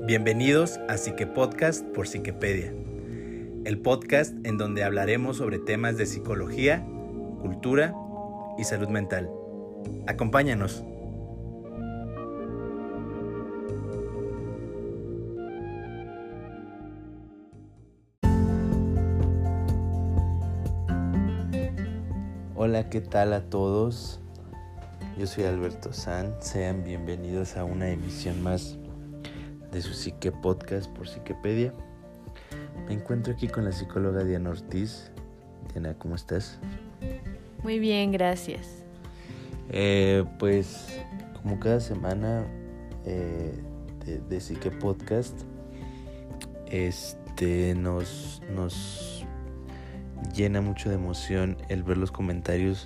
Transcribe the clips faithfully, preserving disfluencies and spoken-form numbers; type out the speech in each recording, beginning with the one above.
Bienvenidos a Psique Podcast por Psiquepedia, el podcast en donde hablaremos sobre temas de psicología, cultura y salud mental. Acompáñanos. Hola, ¿qué tal a todos? Yo soy Alberto San, sean bienvenidos a una emisión más de su Psique Podcast por Psiquepedia. Me encuentro aquí con la psicóloga Diana Ortiz. Diana, ¿cómo estás? Muy bien, gracias. Eh, pues, como cada semana eh, de, de Psique Podcast, este, nos, nos llena mucho de emoción el ver los comentarios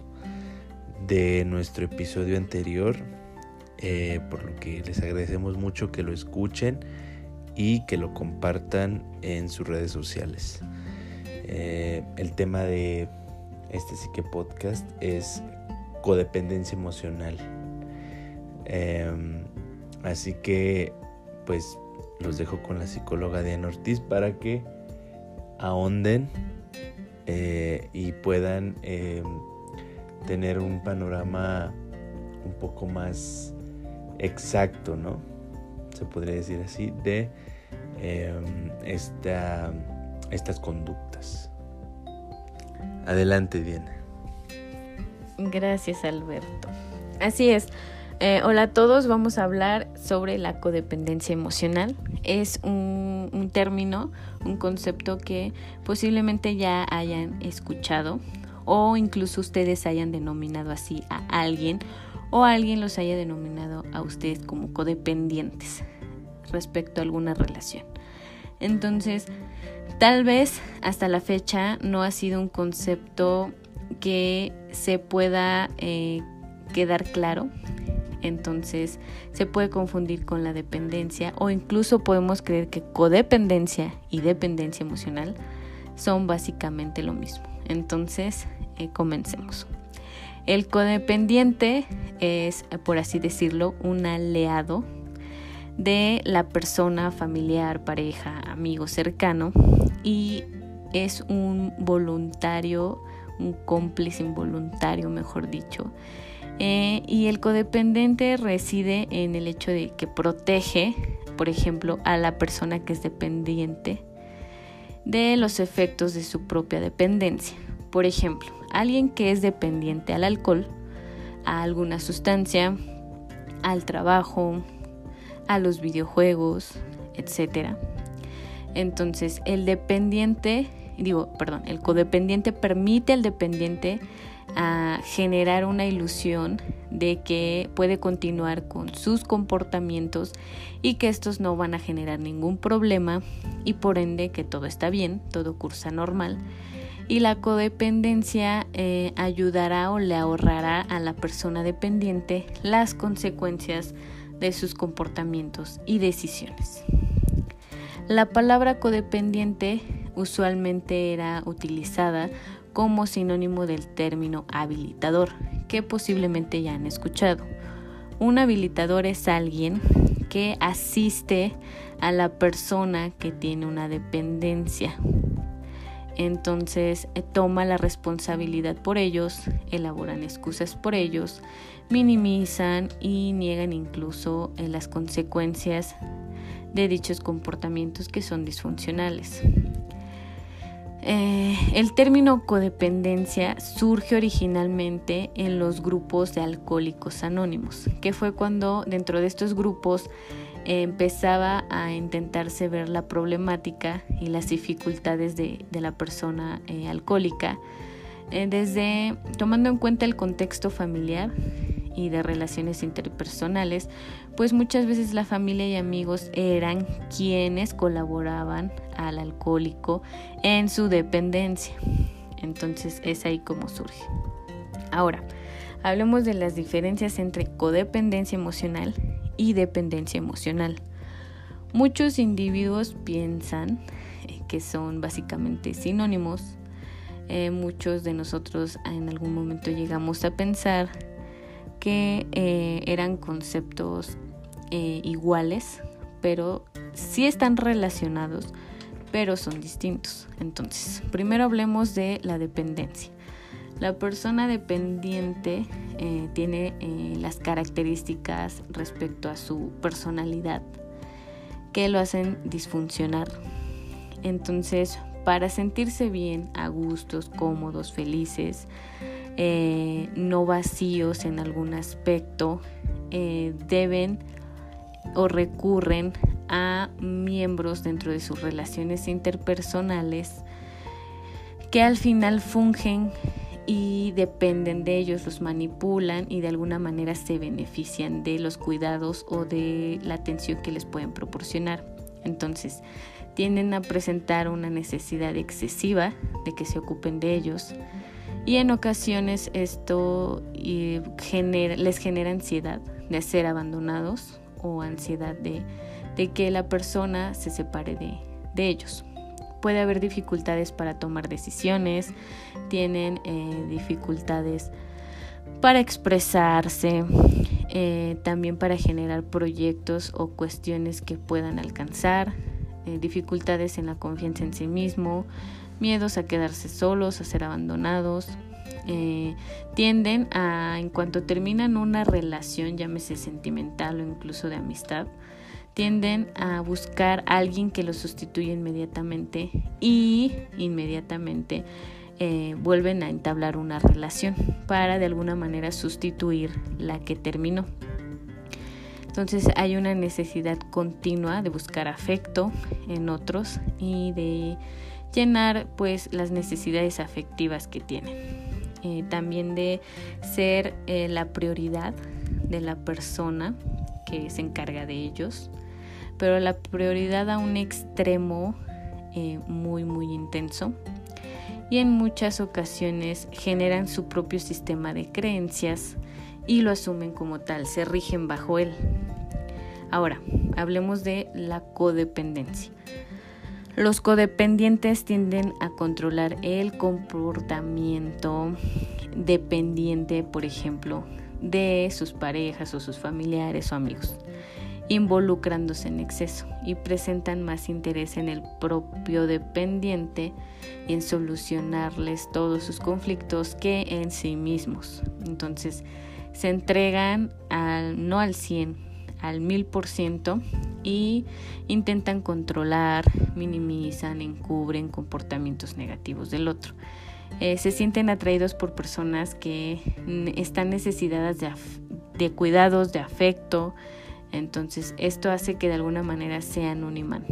de nuestro episodio anterior. Eh, por lo que les agradecemos mucho que lo escuchen y que lo compartan en sus redes sociales. Eh, el tema de este Psique Podcast es codependencia emocional. Eh, así que pues los dejo con la psicóloga Diana Ortiz para que ahonden eh, y puedan eh, tener un panorama un poco más exacto, ¿no? Se podría decir así, de eh, esta, estas conductas. Adelante, Diana. Gracias, Alberto. Así es. Eh, hola a todos, vamos a hablar sobre la codependencia emocional. Es un, un término, un concepto que posiblemente ya hayan escuchado o incluso ustedes hayan denominado así a alguien o alguien los haya denominado a ustedes como codependientes respecto a alguna relación. Entonces, tal vez hasta la fecha no ha sido un concepto que se pueda eh, quedar claro. Entonces, se puede confundir con la dependencia o incluso podemos creer que codependencia y dependencia emocional son básicamente lo mismo. Entonces, eh, comencemos. El codependiente es, por así decirlo, un aliado de la persona familiar, pareja, amigo cercano y es un voluntario, un cómplice involuntario, mejor dicho. Eh, y el codependiente reside en el hecho de que protege, por ejemplo, a la persona que es dependiente de los efectos de su propia dependencia. Por ejemplo, alguien que es dependiente al alcohol, a alguna sustancia, al trabajo, a los videojuegos, etcétera. Entonces, el dependiente, digo, perdón, el codependiente permite al dependiente a generar una ilusión de que puede continuar con sus comportamientos y que estos no van a generar ningún problema y por ende que todo está bien, todo cursa normal. Y la codependencia eh, ayudará o le ahorrará a la persona dependiente las consecuencias de sus comportamientos y decisiones. La palabra codependiente usualmente era utilizada como sinónimo del término habilitador, que posiblemente ya han escuchado. Un habilitador es alguien que asiste a la persona que tiene una dependencia. Entonces eh, toma la responsabilidad por ellos, elaboran excusas por ellos, minimizan y niegan incluso eh, las consecuencias de dichos comportamientos que son disfuncionales. Eh, el término codependencia surge originalmente en los grupos de alcohólicos anónimos, que fue cuando dentro de estos grupos eh, empezaba a intentarse ver la problemática y las dificultades de, de la persona eh, alcohólica, eh, desde tomando en cuenta el contexto familiar y de relaciones interpersonales, pues muchas veces la familia y amigos eran quienes colaboraban al alcohólico en su dependencia. Entonces es ahí como surge. Ahora, hablemos de las diferencias entre codependencia emocional y dependencia emocional. Muchos individuos piensan que son básicamente sinónimos. Eh, muchos de nosotros en algún momento llegamos a pensar que eh, eran conceptos eh, iguales, pero sí están relacionados, pero son distintos. Entonces, primero hablemos de la dependencia. La persona dependiente eh, tiene eh, las características respecto a su personalidad que lo hacen disfuncionar. Entonces, para sentirse bien, a gustos, cómodos, felices, eh, no vacíos en algún aspecto, eh, deben o recurren a miembros dentro de sus relaciones interpersonales que al final fungen y dependen de ellos, los manipulan y de alguna manera se benefician de los cuidados o de la atención que les pueden proporcionar. Entonces, tienden a presentar una necesidad excesiva de que se ocupen de ellos y en ocasiones esto eh, genera, les genera ansiedad de ser abandonados o ansiedad de, de que la persona se separe de, de ellos. Puede haber dificultades para tomar decisiones, tienen eh, dificultades para expresarse, eh, también para generar proyectos o cuestiones que puedan alcanzar, eh, dificultades en la confianza en sí mismo, miedos a quedarse solos, a ser abandonados. Eh, tienden a, en cuanto terminan una relación, llámese sentimental o incluso de amistad, tienden a buscar a alguien que los sustituya inmediatamente y inmediatamente eh, vuelven a entablar una relación para de alguna manera sustituir la que terminó. Entonces hay una necesidad continua de buscar afecto en otros y de llenar pues las necesidades afectivas que tienen. Eh, también de ser eh, la prioridad de la persona que se encarga de ellos, pero la prioridad a un extremo eh, muy muy intenso, y en muchas ocasiones generan su propio sistema de creencias y lo asumen como tal, se rigen bajo él. Ahora, hablemos de la codependencia. Los codependientes tienden a controlar el comportamiento dependiente, por ejemplo, de sus parejas o sus familiares o amigos, involucrándose en exceso y presentan más interés en el propio dependiente y en solucionarles todos sus conflictos que en sí mismos. Entonces se entregan al, no al cien, al mil por ciento y intentan controlar, minimizan, encubren comportamientos negativos del otro. Eh, se sienten atraídos por personas que están necesitadas de, af- de cuidados, de afecto. Entonces esto hace que de alguna manera sean un imán.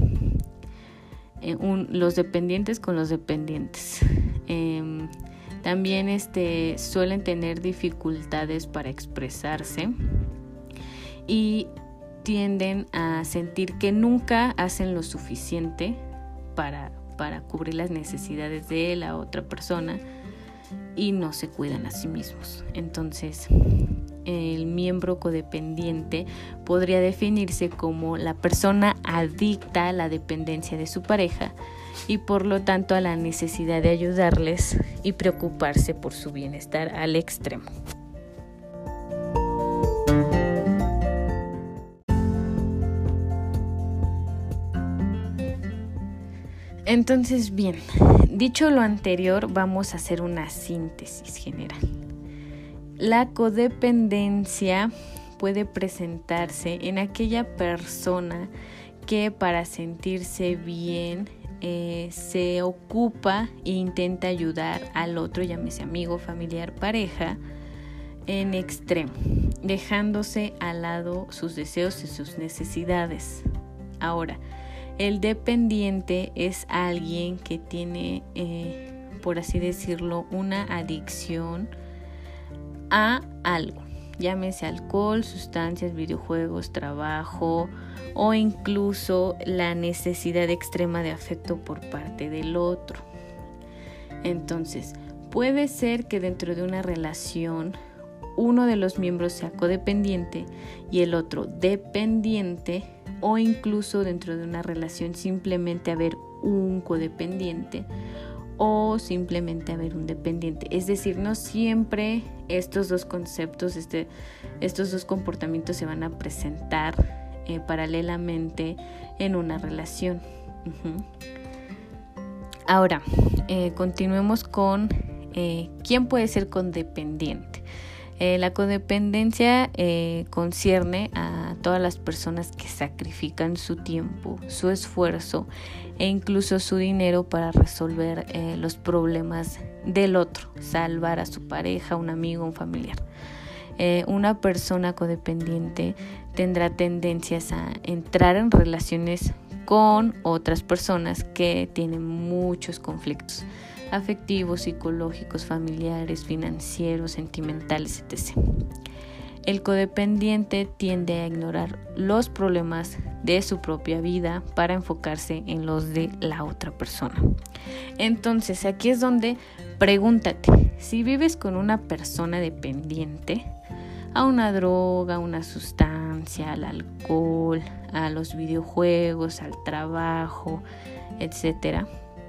Eh, un, los dependientes con los dependientes. Eh, también este, suelen tener dificultades para expresarse y tienden a sentir que nunca hacen lo suficiente para, para cubrir las necesidades de la otra persona y no se cuidan a sí mismos. Entonces, el miembro codependiente podría definirse como la persona adicta a la dependencia de su pareja y por lo tanto a la necesidad de ayudarles y preocuparse por su bienestar al extremo. Entonces, bien, dicho lo anterior, vamos a hacer una síntesis general. La codependencia puede presentarse en aquella persona que para sentirse bien eh, se ocupa e intenta ayudar al otro, llámese amigo, familiar, pareja, en extremo, dejándose al lado sus deseos y sus necesidades. Ahora, el dependiente es alguien que tiene, eh, por así decirlo, una adicción a algo, llámese alcohol, sustancias, videojuegos, trabajo o incluso la necesidad extrema de afecto por parte del otro. Entonces, puede ser que dentro de una relación uno de los miembros sea codependiente y el otro dependiente, o incluso dentro de una relación simplemente haber un codependiente o simplemente haber un dependiente. Es decir, no siempre estos dos conceptos, este, estos dos comportamientos se van a presentar eh, paralelamente en una relación. Uh-huh. Ahora, eh, continuemos con eh, quién puede ser codependiente. Eh, la codependencia eh, concierne a todas las personas que sacrifican su tiempo, su esfuerzo e incluso su dinero para resolver eh, los problemas del otro, salvar a su pareja, un amigo, un familiar. Eh, una persona codependiente tendrá tendencias a entrar en relaciones con otras personas que tienen muchos conflictos afectivos, psicológicos, familiares, financieros, sentimentales, etcétera. El codependiente tiende a ignorar los problemas de su propia vida para enfocarse en los de la otra persona. Entonces, aquí es donde pregúntate, si vives con una persona dependiente a una droga, a una sustancia, al alcohol, a los videojuegos, al trabajo, etcétera.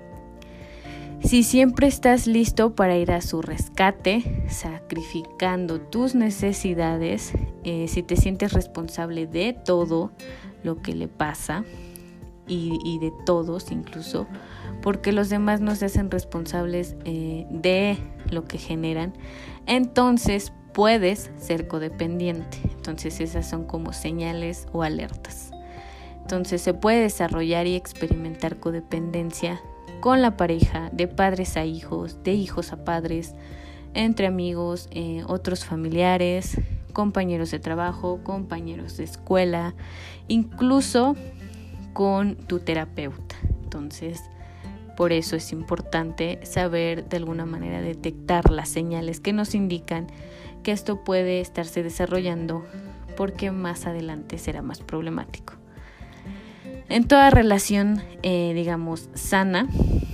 Si siempre estás listo para ir a su rescate, sacrificando tus necesidades, eh, si te sientes responsable de todo lo que le pasa y, y de todos incluso, porque los demás no se hacen responsables eh, de lo que generan, entonces puedes ser codependiente. Entonces esas son como señales o alertas. Entonces se puede desarrollar y experimentar codependencia con la pareja, de padres a hijos, de hijos a padres, entre amigos, eh, otros familiares, compañeros de trabajo, compañeros de escuela, incluso con tu terapeuta. Entonces, por eso es importante saber de alguna manera detectar las señales que nos indican que esto puede estarse desarrollando porque más adelante será más problemático. En toda relación, eh, digamos, sana,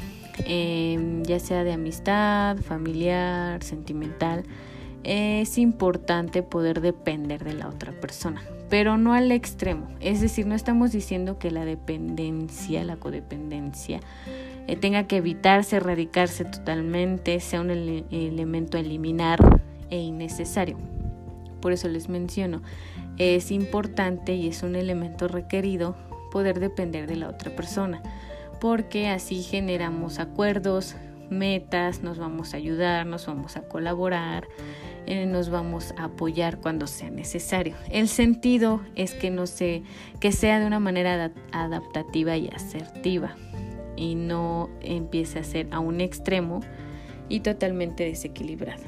eh, ya sea de amistad, familiar, sentimental, eh, es importante poder depender de la otra persona, pero no al extremo. Es decir, no estamos diciendo que la dependencia, la codependencia, eh, tenga que evitarse, erradicarse totalmente, sea un ele- elemento a eliminar e innecesario. Por eso les menciono, es importante y es un elemento requerido poder depender de la otra persona, porque así generamos acuerdos, metas, nos vamos a ayudar, nos vamos a colaborar, eh, nos vamos a apoyar cuando sea necesario. El sentido es que no se, que sea de una manera ad- adaptativa y asertiva y no empiece a ser a un extremo y totalmente desequilibrado.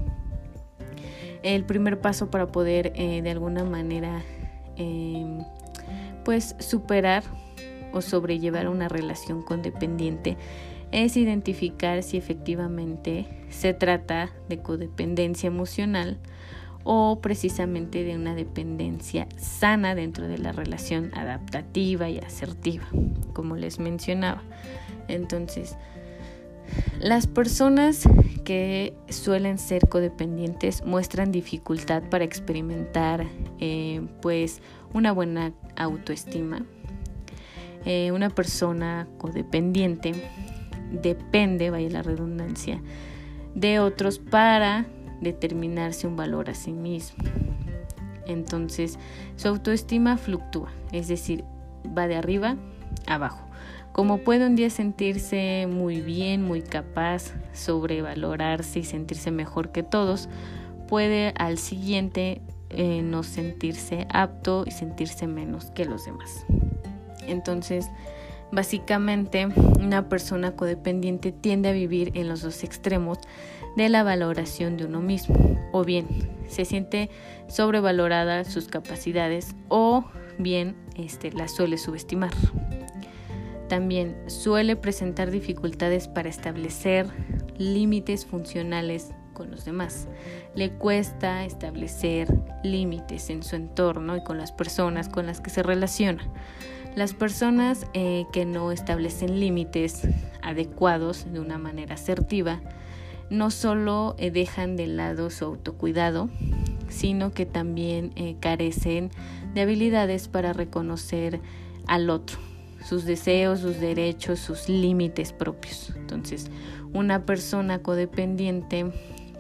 El primer paso para poder eh, de alguna manera eh, pues superar o sobrellevar una relación codependiente es identificar si efectivamente se trata de codependencia emocional o precisamente de una dependencia sana dentro de la relación adaptativa y asertiva, como les mencionaba. Entonces, las personas que suelen ser codependientes muestran dificultad para experimentar eh, pues una buena autoestima. Eh, una persona codependiente depende, vaya la redundancia, de otros para determinarse un valor a sí mismo. Entonces, su autoestima fluctúa, es decir, va de arriba a abajo. Como puede un día sentirse muy bien, muy capaz, sobrevalorarse y sentirse mejor que todos, puede al siguiente eh, no sentirse apto y sentirse menos que los demás. Entonces, básicamente, una persona codependiente tiende a vivir en los dos extremos de la valoración de uno mismo. O bien, se siente sobrevalorada sus capacidades o bien este, las suele subestimar. También suele presentar dificultades para establecer límites funcionales con los demás. Le cuesta establecer límites en su entorno y con las personas con las que se relaciona. Las personas eh, que no establecen límites adecuados de una manera asertiva no solo eh, dejan de lado su autocuidado, sino que también eh, carecen de habilidades para reconocer al otro, sus deseos, sus derechos, sus límites propios. Entonces, una persona codependiente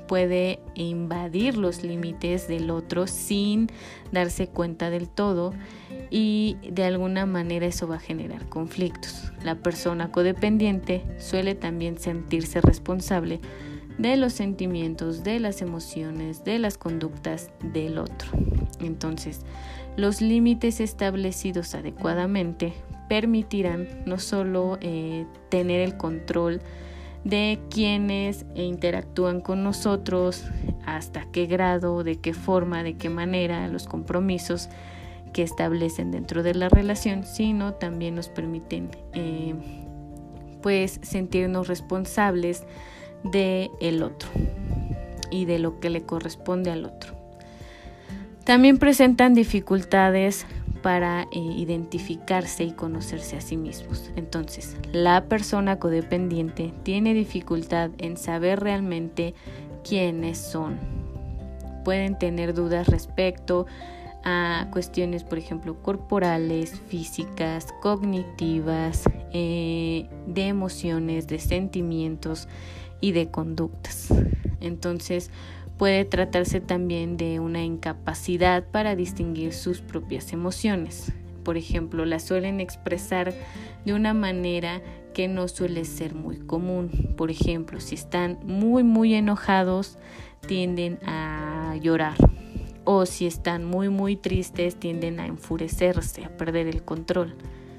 puede invadir los límites del otro sin darse cuenta del todo, y de alguna manera eso va a generar conflictos. La persona codependiente suele también sentirse responsable de los sentimientos, de las emociones, de las conductas del otro. Entonces, los límites establecidos adecuadamente permitirán no solo eh, tener el control de quienes interactúan con nosotros, hasta qué grado, de qué forma, de qué manera, los compromisos que establecen dentro de la relación, sino también nos permiten eh, pues sentirnos responsables de el otro y de lo que le corresponde al otro. También presentan dificultades para eh, identificarse y conocerse a sí mismos. Entonces, la persona codependiente tiene dificultad en saber realmente quiénes son. Pueden tener dudas respecto a cuestiones, por ejemplo, corporales, físicas, cognitivas, eh, de emociones, de sentimientos y de conductas. Entonces, puede tratarse también de una incapacidad para distinguir sus propias emociones. Por ejemplo, las suelen expresar de una manera que no suele ser muy común. Por ejemplo, si están muy muy enojados, tienden a llorar. O si están muy muy tristes, tienden a enfurecerse, a perder el control.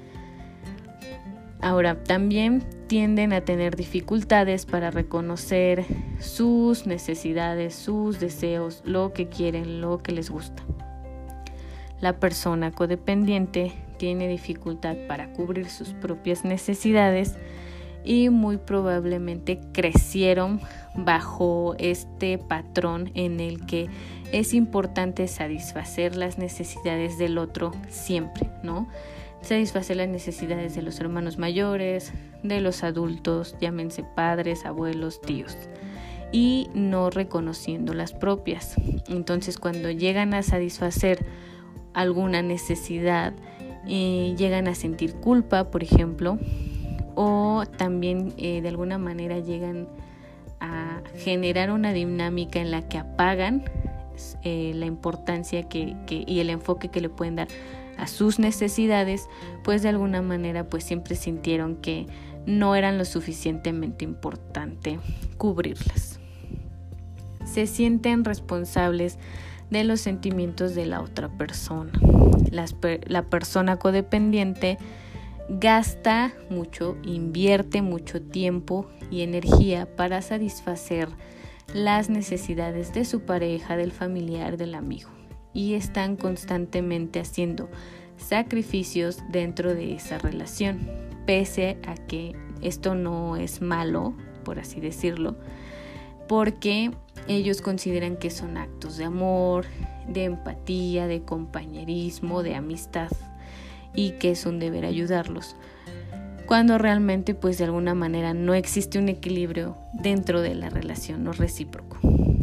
Ahora, también tienden a tener dificultades para reconocer sus necesidades, sus deseos, lo que quieren, lo que les gusta. La persona codependiente tiene dificultad para cubrir sus propias necesidades y muy probablemente crecieron bajo este patrón en el que es importante satisfacer las necesidades del otro siempre, ¿no? Satisfacer las necesidades de los hermanos mayores, de los adultos, llámense padres, abuelos, tíos, y no reconociendo las propias. Entonces, cuando llegan a satisfacer alguna necesidad, eh, llegan a sentir culpa, por ejemplo, o también eh, de alguna manera llegan a generar una dinámica en la que apagan eh, la importancia que, que, y el enfoque que le pueden dar a sus necesidades, pues de alguna manera pues siempre sintieron que no eran lo suficientemente importante cubrirlas. Se sienten responsables de los sentimientos de la otra persona. Las, la persona codependiente gasta mucho, invierte mucho tiempo y energía para satisfacer las necesidades de su pareja, del familiar, del amigo, y están constantemente haciendo sacrificios dentro de esa relación, pese a que esto no es malo, por así decirlo, porque ellos consideran que son actos de amor, de empatía, de compañerismo, de amistad, y que es un deber ayudarlos, cuando realmente pues de alguna manera no existe un equilibrio dentro de la relación, no recíproco.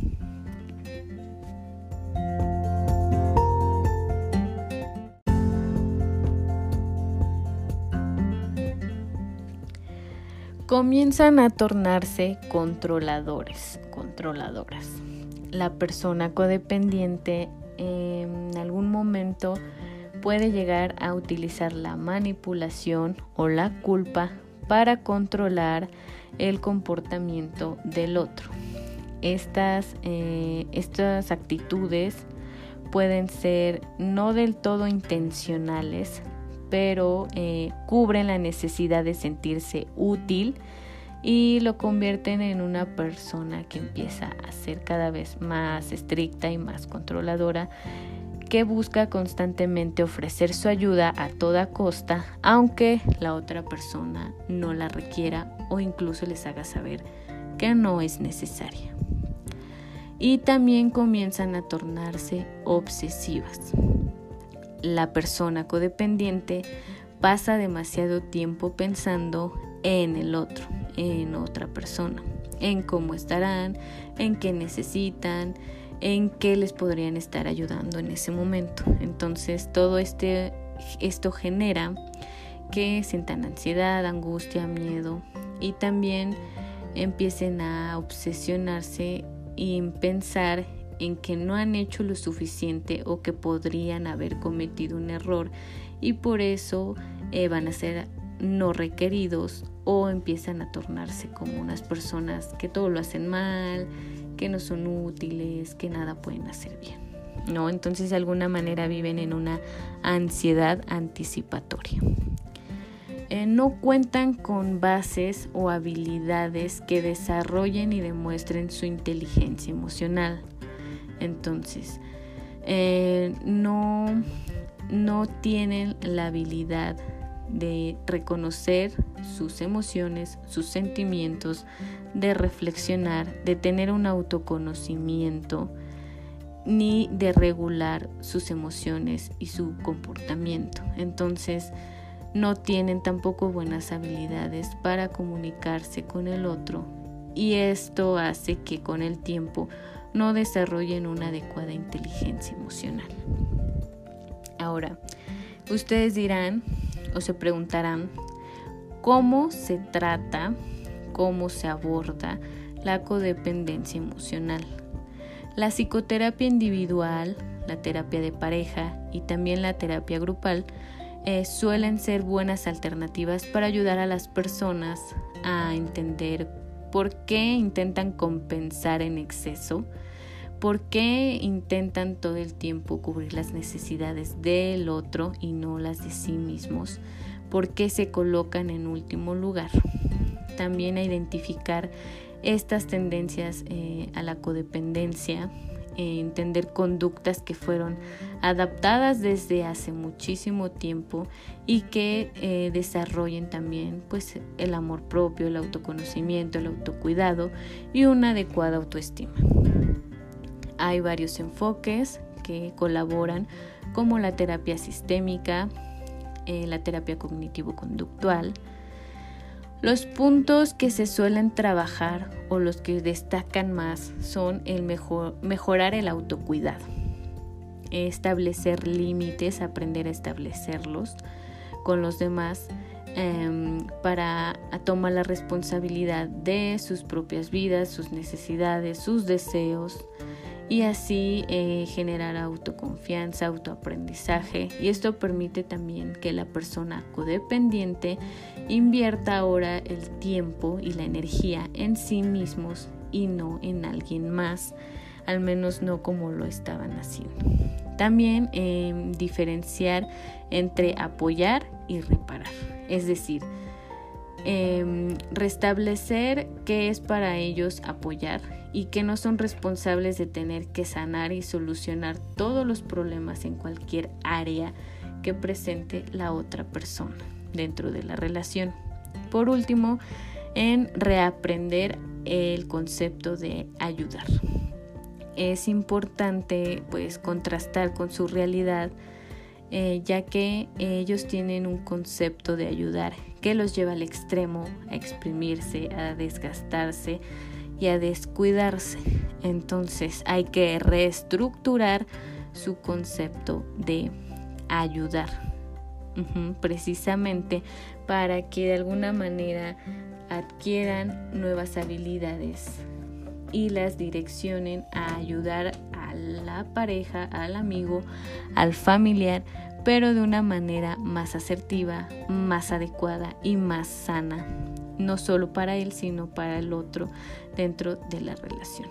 Comienzan a tornarse controladores, controladoras. La persona codependiente en algún momento puede llegar a utilizar la manipulación o la culpa para controlar el comportamiento del otro. Estas, eh, estas actitudes pueden ser no del todo intencionales, pero eh, cubren la necesidad de sentirse útil y lo convierten en una persona que empieza a ser cada vez más estricta y más controladora, que busca constantemente ofrecer su ayuda a toda costa, aunque la otra persona no la requiera o incluso les haga saber que no es necesaria. Y también comienzan a tornarse obsesivas. La persona codependiente pasa demasiado tiempo pensando en el otro, en otra persona, en cómo estarán, en qué necesitan, en qué les podrían estar ayudando en ese momento. Entonces todo este, esto genera que sientan ansiedad, angustia, miedo, y también empiecen a obsesionarse y en pensar en que no han hecho lo suficiente o que podrían haber cometido un error y por eso eh, van a ser no requeridos o empiezan a tornarse como unas personas que todo lo hacen mal, que no son útiles, que nada pueden hacer bien, ¿no? Entonces de alguna manera viven en una ansiedad anticipatoria. Eh, no cuentan con bases o habilidades que desarrollen y demuestren su inteligencia emocional. Entonces, eh, no, no tienen la habilidad de reconocer sus emociones, sus sentimientos, de reflexionar, de tener un autoconocimiento, ni de regular sus emociones y su comportamiento. Entonces, no tienen tampoco buenas habilidades para comunicarse con el otro y esto hace que con el tiempo no desarrollen una adecuada inteligencia emocional. Ahora, ustedes dirán o se preguntarán cómo se trata, cómo se aborda la codependencia emocional. La psicoterapia individual, la terapia de pareja y también la terapia grupal eh, suelen ser buenas alternativas para ayudar a las personas a entender por qué intentan compensar en exceso, por qué intentan todo el tiempo cubrir las necesidades del otro y no las de sí mismos, por qué se colocan en último lugar. También a identificar estas tendencias eh, a la codependencia, eh, entender conductas que fueron adaptadas desde hace muchísimo tiempo y que eh, desarrollen también pues, el amor propio, el autoconocimiento, el autocuidado y una adecuada autoestima. Hay varios enfoques que colaboran como la terapia sistémica, eh, la terapia cognitivo-conductual. Los puntos que se suelen trabajar o los que destacan más son el mejor, mejorar el autocuidado, establecer límites, aprender a establecerlos con los demás eh, para tomar la responsabilidad de sus propias vidas, sus necesidades, sus deseos y así eh, generar autoconfianza, autoaprendizaje y esto permite también que la persona codependiente invierta ahora el tiempo y la energía en sí mismos y no en alguien más, al menos no como lo estaban haciendo. También eh, diferenciar entre apoyar y reparar, es decir, eh, restablecer qué es para ellos apoyar y que no son responsables de tener que sanar y solucionar todos los problemas en cualquier área que presente la otra persona dentro de la relación. Por último, en reaprender el concepto de ayudar. Es importante pues contrastar con su realidad, eh, ya que ellos tienen un concepto de ayudar que los lleva al extremo, a exprimirse, a desgastarse y a descuidarse. Entonces hay que reestructurar su concepto de ayudar. Uh-huh, precisamente para que de alguna manera adquieran nuevas habilidades y las direccionen a ayudar a la pareja, al amigo, al familiar, pero de una manera más asertiva, más adecuada y más sana, no solo para él, sino para el otro dentro de la relación.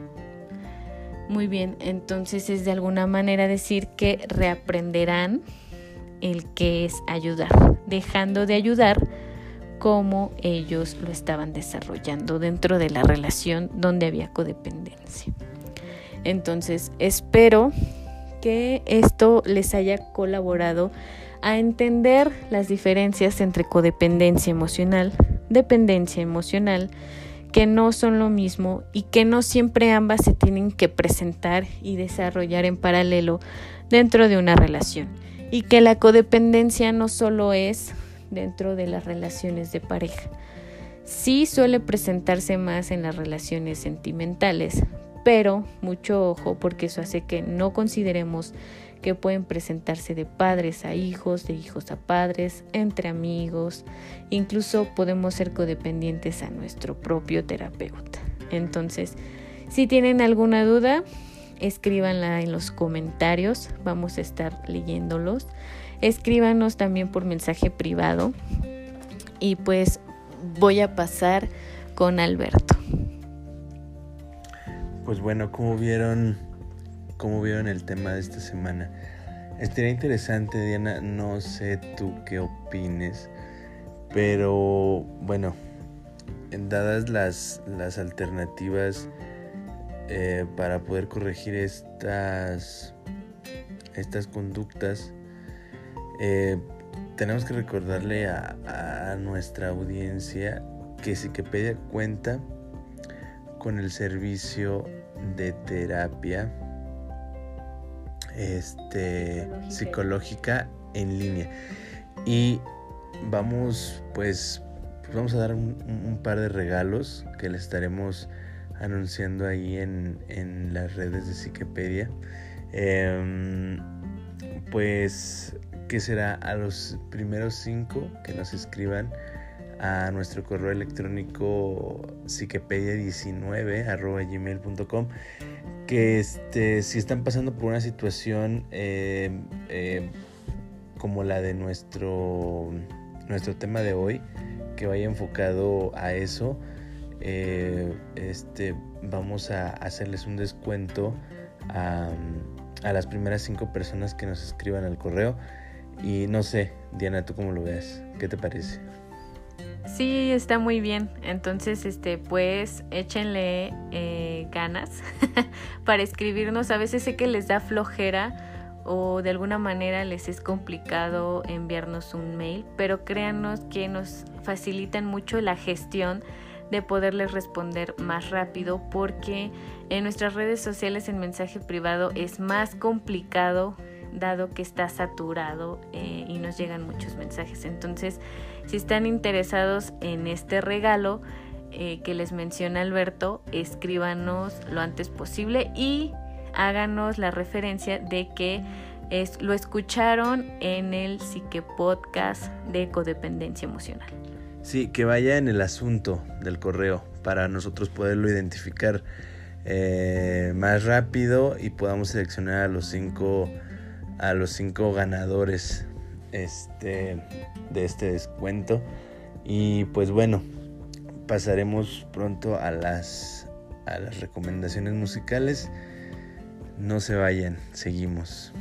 Muy bien, entonces es de alguna manera decir que reaprenderán el que es ayudar, dejando de ayudar como ellos lo estaban desarrollando dentro de la relación donde había codependencia. Entonces, espero que esto les haya colaborado a entender las diferencias entre codependencia emocional, dependencia emocional, que no son lo mismo y que no siempre ambas se tienen que presentar y desarrollar en paralelo dentro de una relación. Y que la codependencia no solo es dentro de las relaciones de pareja. Sí suele presentarse más en las relaciones sentimentales, pero mucho ojo porque eso hace que no consideremos que pueden presentarse de padres a hijos, de hijos a padres, entre amigos, incluso podemos ser codependientes a nuestro propio terapeuta. Entonces, Si tienen alguna duda, escríbanla en los comentarios, vamos a estar leyéndolos. Escríbanos también por mensaje privado. Y pues voy a pasar con Alberto. Pues bueno, ¿cómo vieron, cómo vieron el tema de esta semana? Estaría interesante, Diana, no sé tú qué opines, pero bueno, dadas las, las alternativas eh, para poder corregir estas, estas conductas, eh, tenemos que recordarle a, a nuestra audiencia que Psiquepedia cuenta con el servicio de terapia este, psicológica. psicológica en línea. Y vamos, pues, pues vamos a dar un, un par de regalos que les estaremos anunciando ahí en, en las redes de Psiquepedia. Eh, pues, ¿qué será? A los primeros cinco que nos escriban a nuestro correo electrónico psiquepedia diecinueve arroba gmail punto com, que este, si están pasando por una situación eh, eh, como la de nuestro, nuestro tema de hoy, que vaya enfocado a eso, eh, este, vamos a hacerles un descuento a, a las primeras cinco personas que nos escriban al correo. Y no sé, Diana, ¿tú cómo lo ves? ¿Qué te parece? Sí, está muy bien. Entonces, este, pues, échenle eh, ganas para escribirnos. A veces sé que les da flojera o de alguna manera les es complicado enviarnos un mail, pero créanos que nos facilitan mucho la gestión de poderles responder más rápido, porque en nuestras redes sociales en mensaje privado es más complicado, dado que está saturado eh, y nos llegan muchos mensajes. Entonces, si están interesados en este regalo eh, que les menciona Alberto, escríbanos lo antes posible y háganos la referencia de que es, lo escucharon en el Psique Podcast de Codependencia Emocional. Sí, que vaya en el asunto del correo para nosotros poderlo identificar eh, más rápido y podamos seleccionar a los cinco a los cinco ganadores este, de este descuento. Y pues bueno, pasaremos pronto a las, a las recomendaciones musicales. No se vayan, seguimos.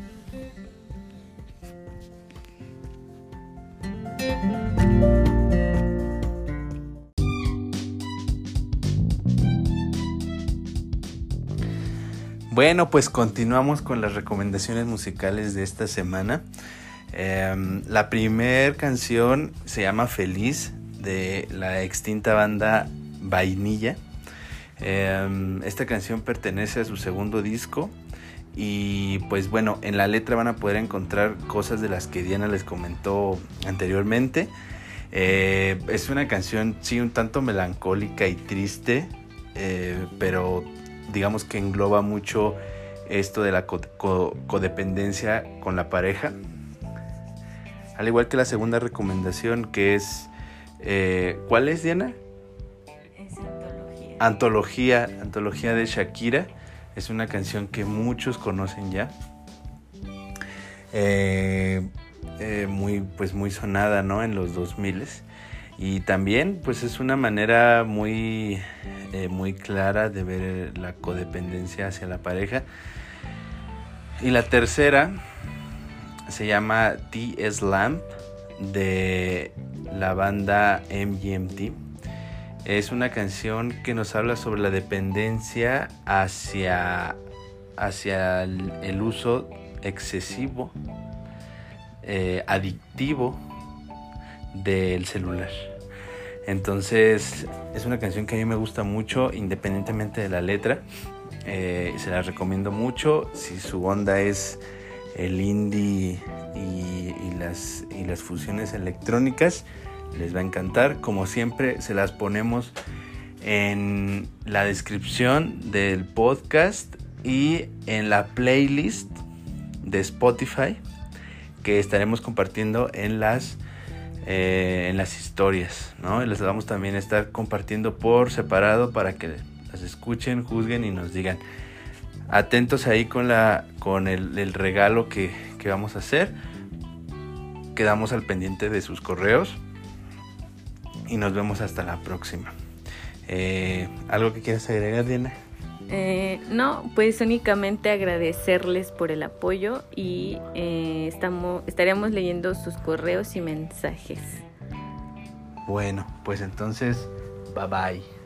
Bueno, pues continuamos con las recomendaciones musicales de esta semana. Eh, la primera canción se llama Feliz, de la extinta banda Vainilla. Eh, esta canción pertenece a su segundo disco y pues bueno, en la letra van a poder encontrar cosas de las que Diana les comentó anteriormente. Eh, es una canción, sí, un tanto melancólica y triste, eh, pero digamos que engloba mucho esto de la co- co- codependencia con la pareja. Al igual que la segunda recomendación, que es... Eh, ¿cuál es, Diana? Es Antología. Antología, Antología de Shakira. Es una canción que muchos conocen ya. Eh, eh, muy, pues muy sonada, ¿no? En los dos mil. Y también pues es una manera muy, eh, muy clara de ver la codependencia hacia la pareja. Y la tercera se llama T Slamp, de la banda M G M T. Es una canción que nos habla sobre la dependencia hacia, hacia el, el uso excesivo, eh, adictivo del celular. Entonces es una canción que a mí me gusta mucho, independientemente de la letra. Eh, se la recomiendo mucho. Si su onda es el indie y, y, las, y las fusiones electrónicas, les va a encantar. Como siempre, se las ponemos en la descripción del podcast y en la playlist de Spotify que estaremos compartiendo en las Eh, en las historias, ¿no? Y les vamos también a estar compartiendo por separado para que las escuchen, juzguen y nos digan. Atentos ahí con la con el, el regalo que, que vamos a hacer. Quedamos al pendiente de sus correos y nos vemos hasta la próxima. Eh, ¿Algo que quieras agregar, Diana? Eh, no, pues únicamente agradecerles por el apoyo y eh, estamos, estaremos leyendo sus correos y mensajes. Bueno, pues entonces, bye bye.